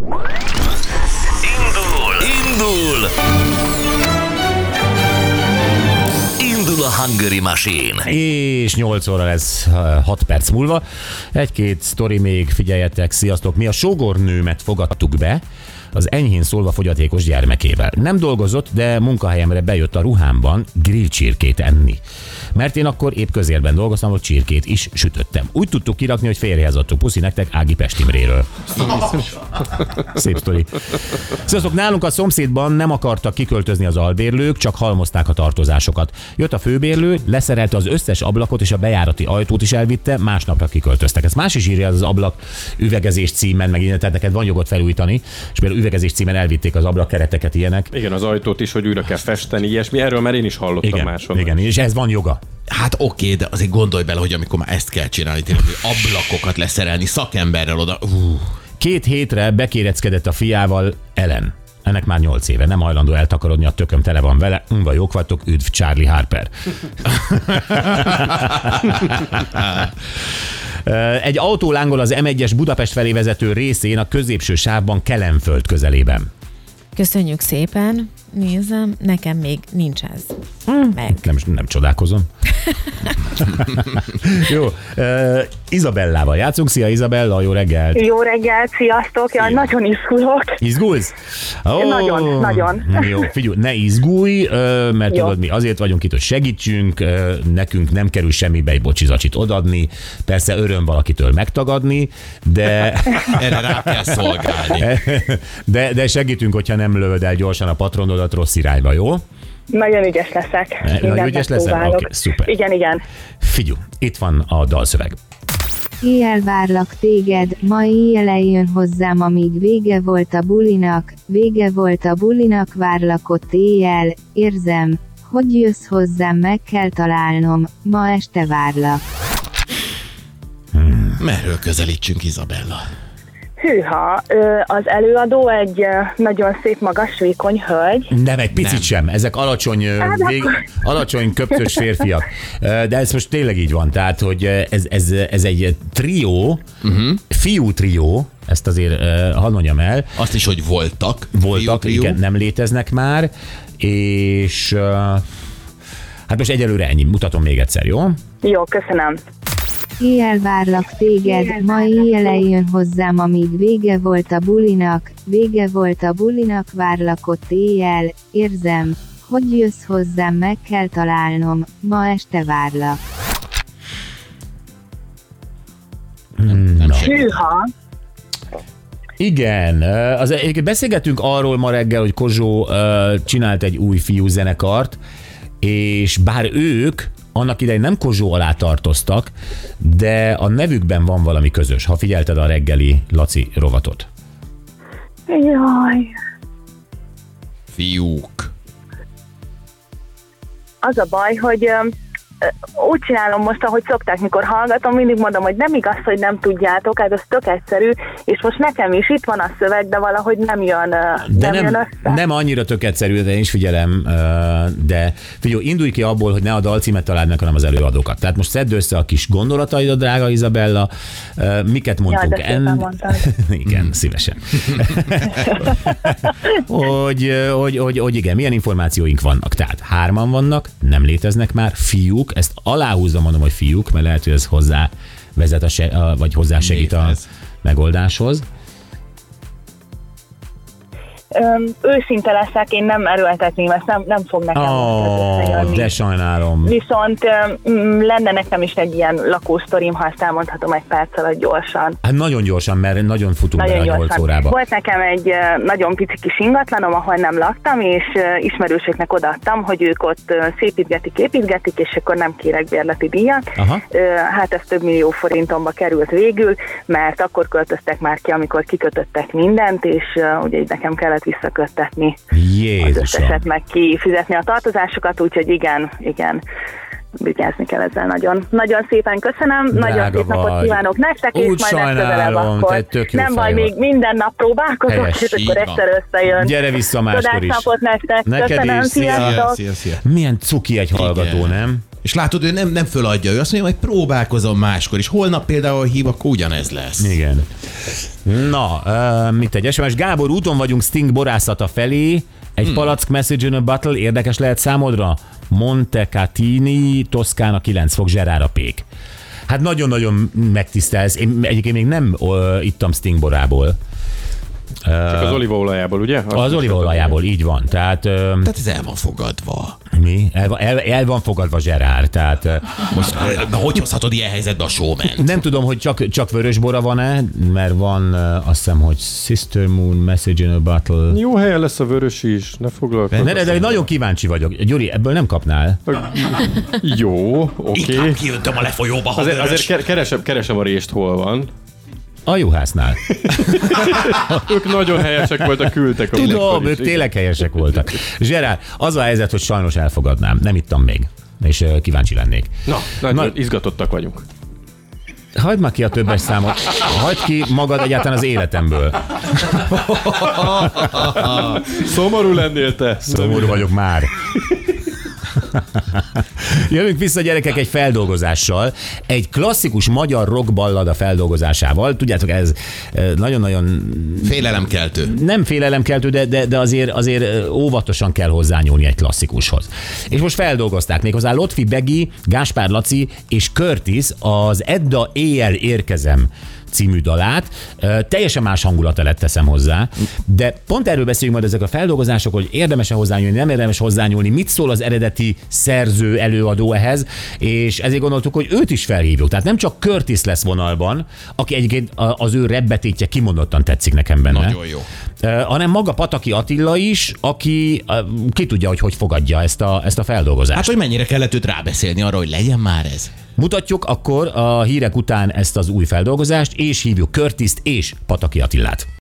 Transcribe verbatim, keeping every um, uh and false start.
Indul! Indul! Indul a Hungary Machine. És nyolc óra lesz hat perc múlva. Egy-két sztori még, figyeljetek, sziasztok. Mi a sógornőmet fogadtuk be az enyhén szólva fogyatékos gyermekével. Nem dolgozott, de munkahelyemre bejött a ruhámban grillcsirkét enni. Mert én akkor épp közérben dolgoztam, hogy csirkét is sütöttem. Úgy tudtuk kirakni, hogy férjehez adtuk. Puszi nektek Ági Pestimréről. Szép sztori. Sziasztok, nálunk a szomszédban nem akartak kiköltözni az albérlők, csak halmozták a tartozásokat. Jött a főbérlő, leszerelte az összes ablakot és a bejárati ajtót is elvitte, másnapra kiköltöztek. Ezt más is írja az ablak üvegezés címen, meg innen, tehát neked van jogod felújítani, és például üvegezés címen elvitték az ablakkereteket, ilyenek. Igen, az ajtót is, hogy újra kell festeni, ilyesmi. Erről már én is hallottam igen, máshol. Igen, és ez van joga. Hát oké, de azért gondolj bele, hogy amikor már ezt kell csinálni, tényleg, hogy ablakokat leszerelni szakemberrel oda. Uh. Két hétre bekéreckedett a fiával Ellen. Ennek már nyolc éve, nem hajlandó eltakarodni, a tököm tele van vele. Unva, jók vagytok, üdv Charlie Harper. Egy autó lángol az em egyes Budapest felé vezető részén a középső sávban Kelenföld közelében. Köszönjük szépen, nézem, nekem még nincs ez. Meg. Nem, nem csodálkozom. Jó, uh, Izabellával játszunk. Szia Izabella, jó reggelt! Jó reggelt, sziasztok! Ja, nagyon izgulok. Izgulsz? Oh, nagyon, nagyon. Jó, figyelj, ne izgulj, mert jó. Tudod mi, azért vagyunk itt, hogy segítsünk, nekünk nem kerül semmibe egy bocsizacsit odadni, persze öröm valakitől megtagadni, de... Erre rá kell szolgálni. De, de segítünk, hogyha nem lövöd el gyorsan a patronodat rossz irányba, jó? Nagyon ügyes leszek. Nagyon ügyes leszel? Oké, okay, szuper. Igen, igen. Figyelj, itt van a dalszöveg. Éjjel várlak téged, ma éjjel eljön hozzám, amíg vége volt a bulinak, vége volt a bulinak, várlak ott éjjel, érzem, hogy jössz hozzám, meg kell találnom, ma este várlak. Hmm. Merről közelítsünk, Izabella? Hűha, az előadó egy nagyon szép, magas, vékony hölgy. Nem, egy picit nem. sem. Ezek alacsony, vég, alacsony köpcös férfiak. De ez most tényleg így van. Tehát, hogy ez, ez, ez egy trió, uh-huh. fiú trió, ezt azért hadd mondjam el. Azt is, hogy voltak. Voltak, igen, nem léteznek már. És hát most egyelőre ennyi. Mutatom még egyszer, jó? Jó, köszönöm. Éjjel várlak téged, ma éjjel eljön hozzám, amíg vége volt a bulinak, vége volt a bulinak, várlak ott éjjel, érzem, hogy jössz hozzám, meg kell találnom, ma este várlak. Hmm, no. Hűha. Igen, az, beszélgetünk arról ma reggel, hogy Kozsó uh, csinált egy új fiú zenekart, és bár ők annak idején nem Kozsó alá tartoztak, de a nevükben van valami közös, ha figyelted a reggeli Laci rovatot. Jaj. Fiúk. Az a baj, hogy úgy csinálom most, ahogy szokták, mikor hallgatom, mindig mondom, hogy nem igaz, hogy nem tudjátok, hát az tök egyszerű, és most nekem is itt van a szöveg, de valahogy nem jön, de nem, nem jön össze. Nem annyira tök egyszerű, de én is figyelem, de figyelj, indulj ki abból, hogy ne a dalcímet találd meg, hanem az előadókat. Tehát most szedd össze a kis gondolataid, drága Izabella, miket mondtunk. Ja, en... igen, szívesen. hogy, hogy, hogy, hogy igen, milyen információink vannak. Tehát hárman vannak, nem léteznek már, fiúk, ezt aláhúzva mondom, hogy fiúk, mert lehet, hogy ez hozzá vezet, a se, vagy hozzá segít a megoldáshoz. Öm, őszinte leszek, én nem erőltetném, ezt nem, nem fog nekem oh, de sajnálom. Viszont öm, lenne nekem is egy ilyen lakósztorim, ha ezt elmondhatom egy perc alatt gyorsan. Hát nagyon gyorsan, mert nagyon futunk nagyon bele a nyolc órába. Volt nekem egy nagyon pici kis ingatlanom, ahol nem laktam, és ismerősöknek odaadtam, hogy ők ott szépítgetik, építgetik, és akkor nem kérek bérleti díjat. Aha. Hát ez több millió forintomba került végül, mert akkor költöztek már ki, amikor kikötöttek mindent, és ugye így nekem kellett visszaköttetni az összeset, meg kifizetni a tartozásokat, úgyhogy igen, igen, vigyázni kell ezzel nagyon. Nagyon szépen köszönöm, drága nagyon szép vagy. Napot kívánok nektek, úgy és majd legközelebb akkor. Nem baj, még minden nap próbálkozok, és akkor egyszer összejön. Gyere vissza máskor is. Tudás napot nektek, neked köszönöm, is. sziasztok. Szia, szia. Milyen cuki egy hallgató, igen. nem? És látod, ő nem, nem föladja, ő azt mondja, hogy próbálkozom máskor is. Holnap például hív, akkor ugyanez lesz. Igen. Na, uh, mit egy es em es? Gábor, úton vagyunk Sting borászata felé. Egy hmm. palack message in a bottle érdekes lehet számodra? Montecatini, Toszkána, kilenc fok, Zserára pék. Hát nagyon-nagyon megtisztelsz. Én egyébként még nem uh, ittam Sting borából. Csak az olívaolajából, ugye? Azt az olívaolajából, így van. Tehát, uh, tehát ez el van fogadva. Mi? El, el, el van fogadva Zserár. Tehát, uh, most, de hogy hozhatod ilyen helyzetbe a showman-t? Nem tudom, hogy csak, csak vörösbora van-e, mert van uh, azt hiszem, hogy Sister Moon, Message in a Bottle. Jó helyen lesz a vörös is, ne foglalkozz. De, de, de nagyon kíváncsi vagyok. Gyuri, ebből nem kapnál? Jó, oké. Inkább kiöntöm a lefolyóba, ha Azért, azért keresem, keresem a rést, hol van. A juhásznál. Ők nagyon helyesek voltak, küldtek a Tudom, ők tényleg helyesek voltak. Zserár, az a helyzet, hogy sajnos elfogadnám. Nem ittam még, és uh, kíváncsi lennék. Na, nagyon Na, izgatottak vagyunk. Hagyd már ki a többes számot. Hagyd ki magad egyáltalán az életemből. Szomorú lennél te. Szomorú vagyok már. Jövünk vissza, gyerekek, egy feldolgozással. Egy klasszikus magyar rockballada feldolgozásával. Tudjátok, ez nagyon-nagyon... Félelemkeltő. Nem félelemkeltő, de, de, de azért, azért óvatosan kell hozzányúlni egy klasszikushoz. És most feldolgozták méghozzá Lotfi Begi, Gáspár Laci és Curtis az Edda éjjel érkezem című dalát. Teljesen más hangulata lett, teszem hozzá. De pont erről beszéljünk majd ezek a feldolgozások, hogy érdemes-e hozzányúlni, nem érdemes hozzányúlni, mit szól az eredeti szerző, előadó ehhez, és ezért gondoltuk, hogy őt is felhívjuk. Tehát nem csak Curtis lesz vonalban, aki egyébként az ő rebbetétje kimondottan tetszik nekem benne. Nagyon jó. Hanem maga Pataki Attila is, aki ki tudja, hogy hogy fogadja ezt a, ezt a feldolgozást. Hát, hogy mennyire kellett őt rábeszélni arra, hogy legyen már ez. Mutatjuk akkor a hírek után ezt az új feldolgozást, és hívjuk Curtist és Pataki Attilát.